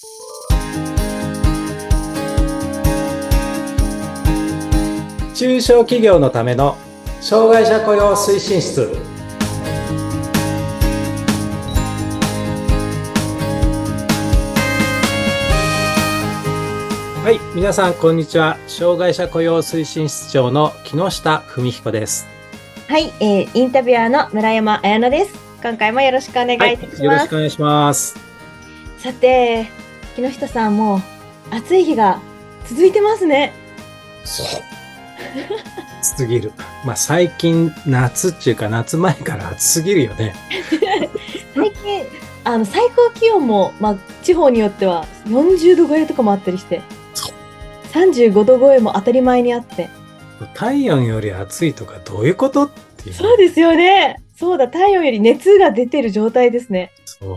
中小企業のための障害者雇用推進室。はい、皆さんこんにちは。障害者雇用推進室長の木下文彦です。 はい、インタビュアーの村山彩乃です。今回もよろしくお願いいたします。 よろしくお願いします。 さて、木下さん、もう暑い日が続いてますね。 そう。暑すぎる。最近夏っていうか夏前から暑すぎるよね。 最近最高気温も、地方によっては40度超えとかもあったりして、35度超えも当たり前にあって。 体温より暑いとかどういうことっていう。 そうですよね。そうだ、体温より熱が出てる状態ですね。 そう。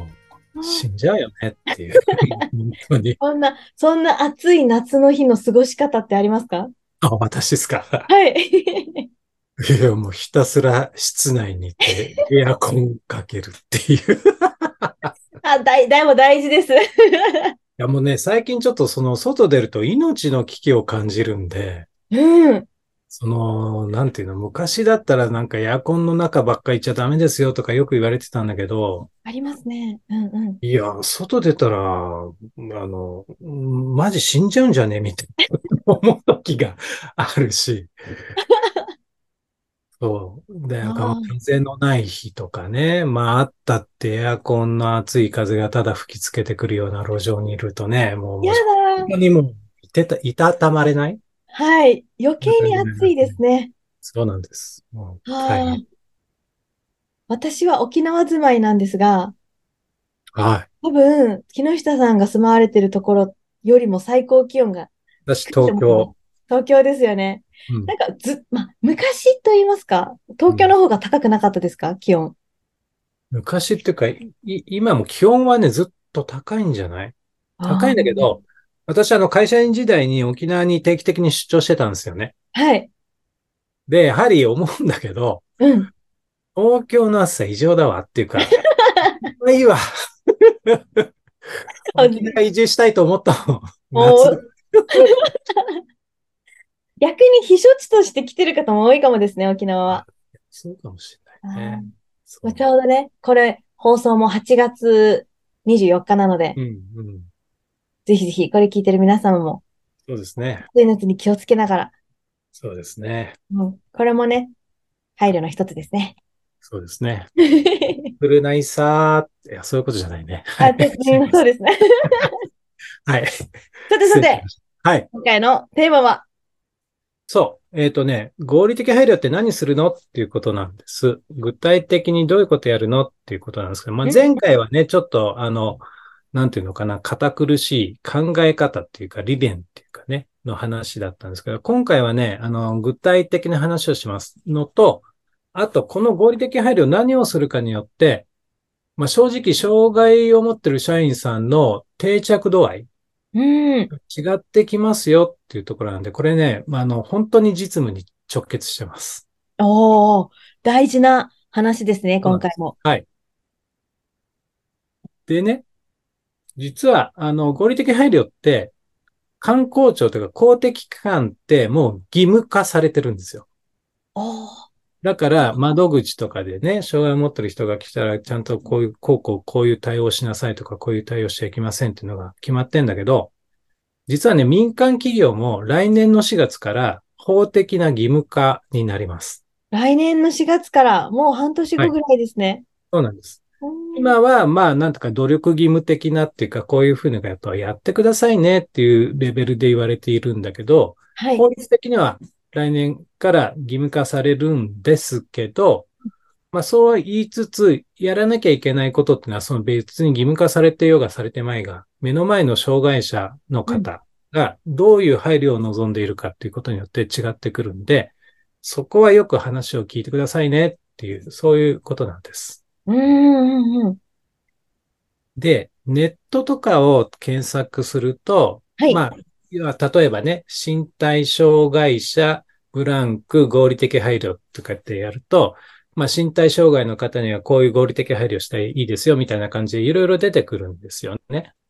死んじゃうよねっていう。本当に。 そんな暑い夏の日の過ごし方ってありますか？ 私ですか。 はい。 いや、もうひたすら室内にいて、エアコンかけるっていう。 も大事です。 いや、もうね、最近ちょっと外出ると命の危機を感じるんで、 うん。 なんていうの、昔だったらなんかエアコンの中ばっかりいちゃダメですよとかよく言われてたんだけど、 ありますね。うんうん。 いや、外出たら、マジ死んじゃうんじゃねみたいな思う時があるし、そう。で、なんかあ風のない日とかね。あったってエアコンの熱い風がただ吹きつけてくるような路上にいるとね、もうや本当だ。 にもういたたまれない。 はい。余計そんな感に暑いじになりますね。 ですね。 そうなんです。もう大変。 ああ。私は沖縄住まいなんですが、 はい。 多分、木下さんが住まわれてるところよりも最高気温が私、 低いと思います。 東京。 東京ですよね。 うん。 なんか昔と言いますか、東京うん。 の方が高くなかったですか、気温。 昔っていうか、今も気温はね、ずっと高いんじゃない？高いんだけあど、私、会社員時代に沖縄に定期的に出張してたんですよね。 あ。はい。 で、やはり思うんだけど、 うん。 東京の暑さ異常だわっていうか、いいわ。沖縄移住したいと思ったもん。夏。 もう、逆に避暑地として来てる方も多いかもですね、沖縄は。 そうかもしあれないね。 ーちそょうどね、これ、放送も8月24日なので、 う。うん、うん。 ぜひぜひ、これ聞いてる皆様も、 そうですね。 暑い夏に気をつけながら、 そうですね。 これもね、配慮の一つですね。 そうですね。フルナイサー、いや、そういうことじゃないね。はい。すいません。 そうですね。 はい。 さてさて、 失礼しました。はい。 今回のテーマは、 そう。合理的配慮って何するのっていうことなんです。具体的にどういうことやるのっていうことなんですけど、 うん、 前回はね、ちょっと、なんていうのかな、堅苦しい考え方っていうか、理念っていうかね、の話だったんですけど、今回はね、具体的な話をしますのと、あと、この合理的配慮何をするかによって、正直、障害を持ってる社員さんの定着度合い、 うん、 違ってきますよっていうところなんで、これね、本当に実務に直結してます。 おー、大事な話ですね、 そうなんです。 今回も。 はい。でね、実は、合理的配慮って、観光庁というか公的機関ってもう義務化されてるんですよ。 おー、 だから、窓口とかでね、障害を持ってる人が来たら、ちゃんとこういう対応しなさいとか、こういう対応しちゃいけませんっていうのが決まってんだけど、実はね、民間企業も来年の4月から法的な義務化になります。 来年の4月からもう半年はい。 後ぐらいですね。 そうなんです。 うん、 今は、なんとか努力義務的なっていうか、こういうふうなことはやってくださいねっていうレベルで言われているんだけど、 はい。 法律的には来年から義務化されるんですけど、そうは言いつつ、やらなきゃいけないことっていうのは、その別に義務化されてようがされてまいが、目の前の障害者のうん。 方がどういう配慮を望んでいるかっていうことによって違ってくるんで、そこはよく話を聞いてくださいねっていう、そういうことなんです。 うん、うん、うん。 で、ネットとかを検索すると、 はい。 要は例えばね、身体障害者ブランク合理的配慮とかってやると、身体障害の方にはこういう合理的配慮したらいいですよみたいな感じでいろいろ出てくるんですよね。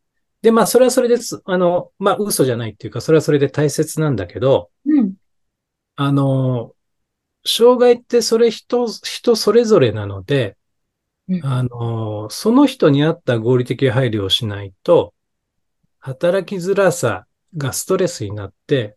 で、まあ、それはそれです。まあ、嘘じゃないっていうか、それはそれで大切なんだけど、 うん。 あの、障害って人それぞれなので、 うん。 その人に合った合理的配慮をしないと、働きづらさがストレスになって、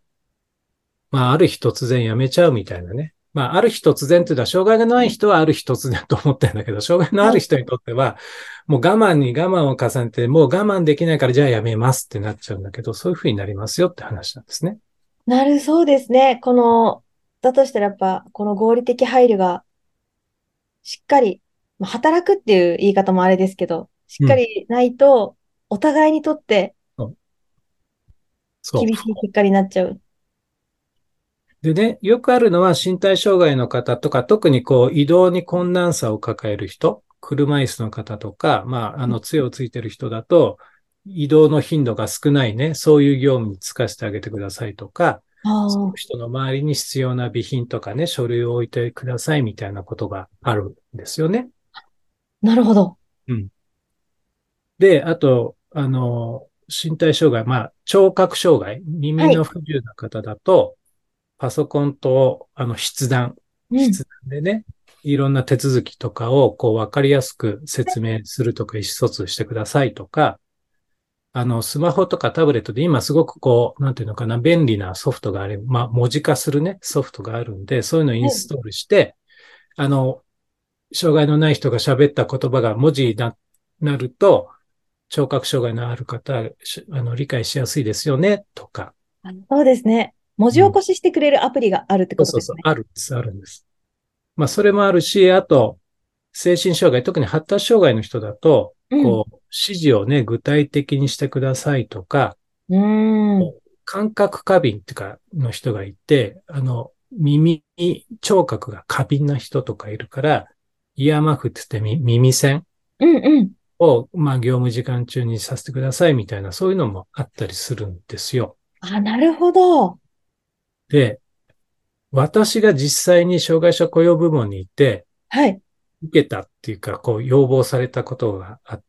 まあ、ある日突然辞めちゃうみたいなね。まあ、ある日突然っていうのは、障害がない人はある日突然と思ってるんだけど、障害のあはい。 る人にとっては、もう我慢に我慢を重ねて、もう我慢できないからじゃあ辞めますってなっちゃうんだけど、そういうふうになりますよって話なんですね。 そうですね。だとしたらやっぱ、この合理的配慮がしっかり、まあ、働くっていう言い方もあれですけど、しっうん。 かりないと、お互いにとってそうそ厳しい結果になっちゃう。 う。でね、よくあるのは身体障害の方とか、特にこう移動に困難さを抱える人、車椅子の方とか、まあ、杖をついてる人だと、移動の頻度が少ないね、そういう業務に就かせてあげてくださいとか、 あそのあ、 人の周りに必要な備品とかね、書類を置いてくださいみたいなことがあるんですよね。 なるほど。 うん。で、あと、身体障害、まあ、聴覚障害、耳はい。 の不自由な方だと、パソコンと、 うん。 筆談でね、いろんな手続きとかを、こう、わかりやすく説明するとか、意思疎通してくださいとか、スマホとかタブレットで今すごくこう、なんていうのかな、便利なソフトがある、まあ、文字化するね、ソフトがあるんで、そういうのをイはい。 ンストールして、あの、障害のない人が喋った言葉が文字になると、聴覚障害のある方、理解しやすいですよね、とか。 そうですね。文字うん。 起こししてくれるアプリがあるってそうそうそう、 ことですね。 あるんです、あるんです。まあ、それもあるし、あと、精神障害、特に発達障害の人だと、 うん。 こう、指示をね、具体的にしてくださいとか、 うーん。 感覚過敏っていうか、の人がいて、聴覚が過敏な人とかいるから、イヤーマフって言って耳栓うんうん。 を、まあ、業務時間中にさせてくださいみたいな、そういうのもあったりするんですよ。 あ、なるほど。 で、私が実際に障害者雇用部門にいて、 はい。 受けたっていうか、こう、要望されたことがあって、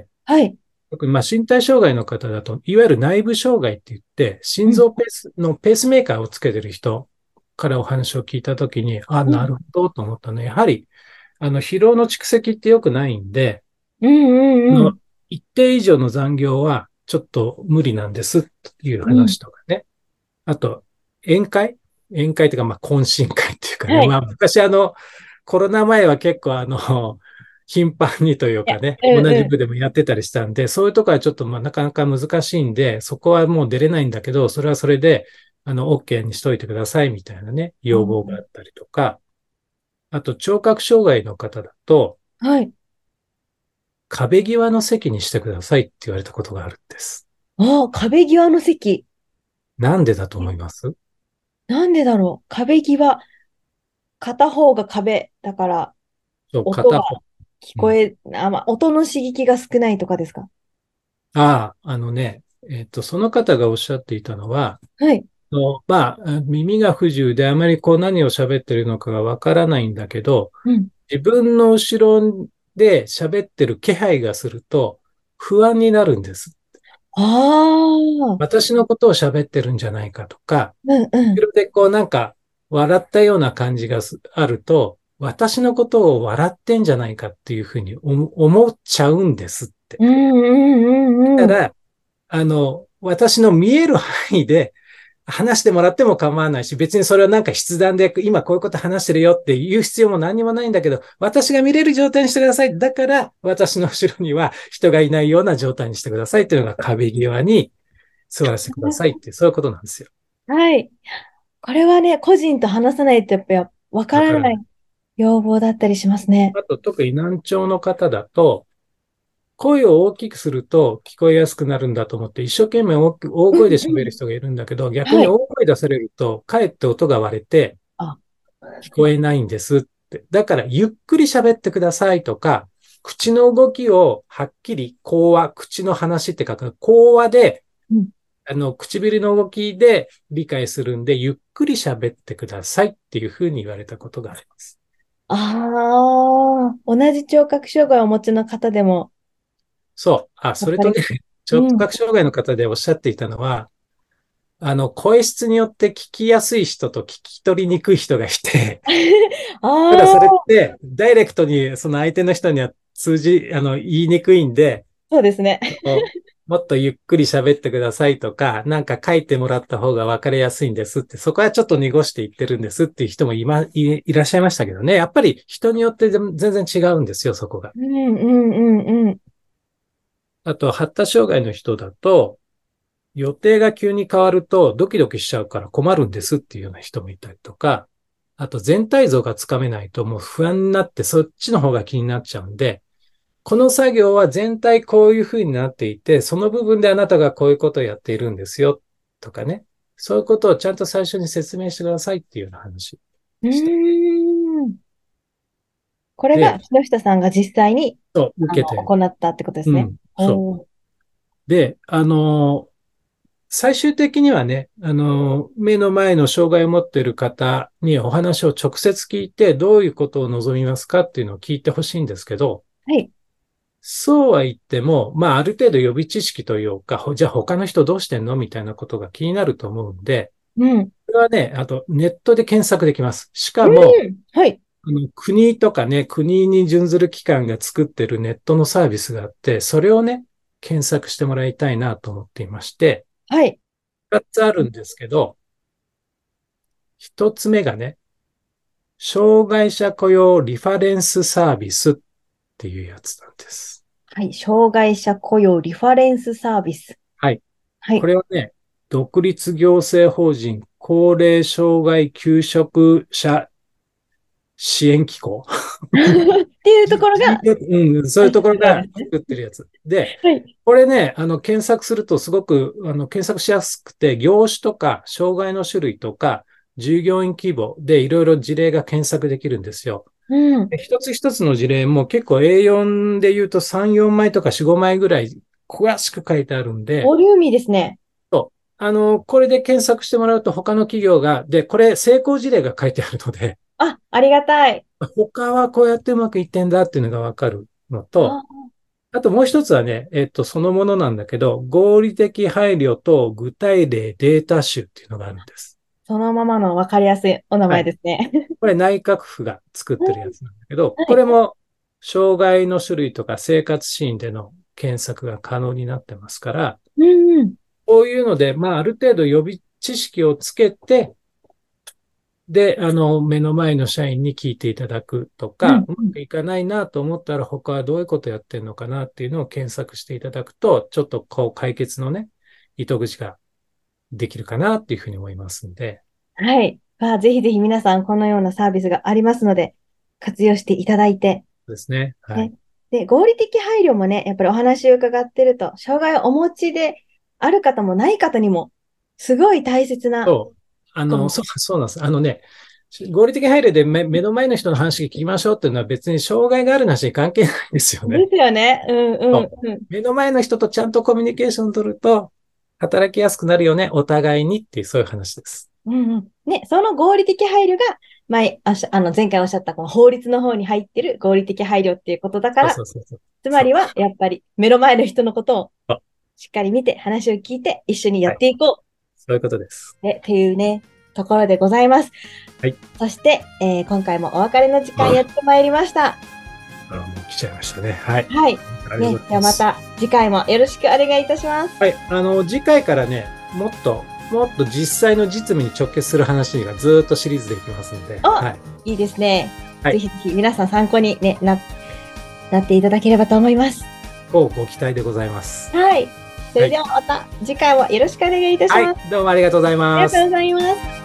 はい。 特にまあ身体障害の方だと、いわゆる内部障害って言って、心うん。 臓ペースメーカーをつけてる人からお話を聞いたときに、あ、 うん。 なるほどと思ったのは、やはり、疲労の蓄積って良くないんで、 うんうんうのん。 一定以上の残業はちょっと無理なんですといううん。 話とかね。あと、宴会宴会というか、まあ、懇親会っていうかね。 はい。 まあ、昔コロナ前は結構頻繁にといういや、 かね、同うんうじ部でもやってたりしたんで、そういうところはちょっとまあなかなか難しいんで、そこはもう出れないんだけど、それはそれで、OK にしといてくださいみたいなね、要望があん。 ったりとか、あと、聴覚障害の方だと、 はい。 壁際の席にしてくださいって言われたことがあるんです。 あ、壁際の席。 なんでだと思え、 います？ なんでだろう。壁際。片方が壁だから、 そう、 音が片方。うん。 まあ、音の刺激が少ないとかですか？ ああ、その方がおっしゃっていたのは、 はい。 まあ、耳が不自由であまりこう何を喋ってるのかがわからないんだけど、 うん。 自分の後ろで喋ってる気配がすると不安になるんです。 ああ、 私のことを喋ってるんじゃないかとか、 うんうん。 後ろでこうなんか笑ったような感じがあると、私のことを笑ってんじゃないかっていうふうに思っちゃうんですって。 うんうんうんうん。 だから、私の見える範囲で話してもらっても構わないし、別にそれはなんか筆談で今こういうこと話してるよって言う必要も何にもないんだけど、私が見れる状態にしてください。だから、私の後ろには人がいないような状態にしてくださいっていうのが壁際に座らせてくださいって、そういうことなんですよ。 はい。これはね、個人と話さないとやっぱわかわからない。 らない要望だったりしますね。 あと、特に難聴の方だと、声を大きくすると聞こえやすくなるんだと思って、一生懸命大うん声でうん。 喋る人がいるんだけど、逆にはい。 大声出されると、かえって音が割れて、 あ、 聞こえないんですって。だから、ゆっくり喋ってくださいとか、口の動きをはっきり、口話、口の話って書く、口話で、 うん。 唇の動きで理解するんで、ゆっくり喋ってくださいっていうふうに言われたことがあります。 ああ、同じ聴覚障害をお持ちの方でも、 そう。あ、それとね、 やっぱり、 聴覚障害の方でおっしゃっていたのは、声質によって聞きやすい人と聞き取りにくい人がいて、ただそれっああ、 て、ダイレクトにその相手の人には言いにくいんで、 そうですね。 もっとゆっくり喋ってくださいとか、なんか書いてもらった方が分かりやすいんですって、そこはちょっと濁して言ってるんですっていう人もいらっしゃいましたけどね。やっぱり人によって全然違うんですよ、そこが。 うんうんうんうん。 あと、発達障害の人だと、予定が急に変わるとドキドキしちゃうから困るんですっていうような人もいたりとか、あと全体像がつかめないともう不安になってそっちの方が気になっちゃうんで、この作業は全体こういう風になっていて、その部分であなたがこういうことをやっているんですよとかね。そういうことをちゃんと最初に説明してくださいっていうような話うでした。 ーん。これがで、 木下さんが実際に受けて、 行ったってことですね。 うん、そう。 おー。 で、最終的にはね、目の前の障害を持っている方にお話を直接聞いて、どういうことを望みますかっていうのを聞いてほしいんですけど、 はい。 そうは言っても、まあ、ある程度予備知識というか、じゃあ他の人どうしてんのみたいなことが気になると思うんで、 うん。 これはね、あとネットで検索できます。しかも、 うん。はい。 国とかね、国に準ずる機関が作ってるネットのサービスがあって、それをね、検索してもらいたいなと思っていまして、 はい。 2つあるんですけど、1つ目がね、障害者雇用リファレンスサービスっていうやつなんです。 はい。障害者雇用リファレンスサービス。 はい。こはい。 れはね、独立行政法人高齢障害求職者支援機構。 っていうところが、 うん、そういうところがなんですね。 作ってるやつ。で、 はい。 これね、検索するとすごく、検索しやすくて、業種とか、障害の種類とか、従業員規模でいろいろ事例が検索できるんですよ。 うん。 で一つ一つの事例も結構 A4 で言うと3、4枚とか4、5枚ぐらい詳しく書いてあるんで、 ボリューミーですね。 これで検索してもらうと他の企業が、で、これ成功事例が書いてあるので、 あ、ありがたい。 他はこうやってうまくいってんだっていうのがわかるのと、 あ、 あともう一つはね、そのものなんだけど、合理的配慮と具体例データ集っていうのがあるんです。 そのままの分かりやすいお名はい。 前ですね。 これ内閣府が作ってるやつなんだけど、 はい。 これも障害の種類とか生活シーンでの検索が可能になってますから、 うんうん。 こういうので、まあ、ある程度予備知識をつけて、で、目の前の社員に聞いていただくとか、 うんうん。 うまくいかないなと思ったら他はどういうことやってるのかなっていうのを検索していただくと、ちょっとこう解決のね、糸口ができるかなっていうふうに思いますんで。 はい。まあ、ぜひぜひ皆さんこのようなサービスがありますので、活用していただいて、 そうですね。はい。 ね。で、合理的配慮もね、やっぱりお話を伺ってると、障害をお持ちである方もない方にも、すごい大切な、 そう。 こそうなんです。合理的配慮で目の前の人の話聞きましょうっていうのは別に障害があるなしに関係ないんですよう、でね。 すよね。うんうんそううん。 目の前の人とちゃんとコミュニケーションを取ると、働きやすくなるよね、お互いにっていうそういう話です。 うんうん。ね、その合理的配慮が、前回おっしゃったこの法律の方に入ってる合理的配慮っていうことだかそうら、 そうそうそう。そう。 つまりは、やっぱり目の前の人のことをそうしっかり見て、話を聞いて、一緒にやはい。 っていこそういうことです。 う。っていうね、ところでございます。 はい。 そして、今回もお別れの時間やってまいりました。 もう来ちゃいましたね。はい。 はい。 ありがとうね、 ございます。 ではまた次回もよろしくお願いいたします。 はい。次回からね、もっと実際の実務に直結する話がずっとシリーズでいきますので、 お、 はい。 いいですね。 はい。 ぜひぜひ皆さん参考に、ね、なっていただければと思います。 ご期待でございます。 はい。そはい。 れではまた次回もよろしくお願いいたしはい。 ます。 どうもありがとうございます。 ありがとうございます。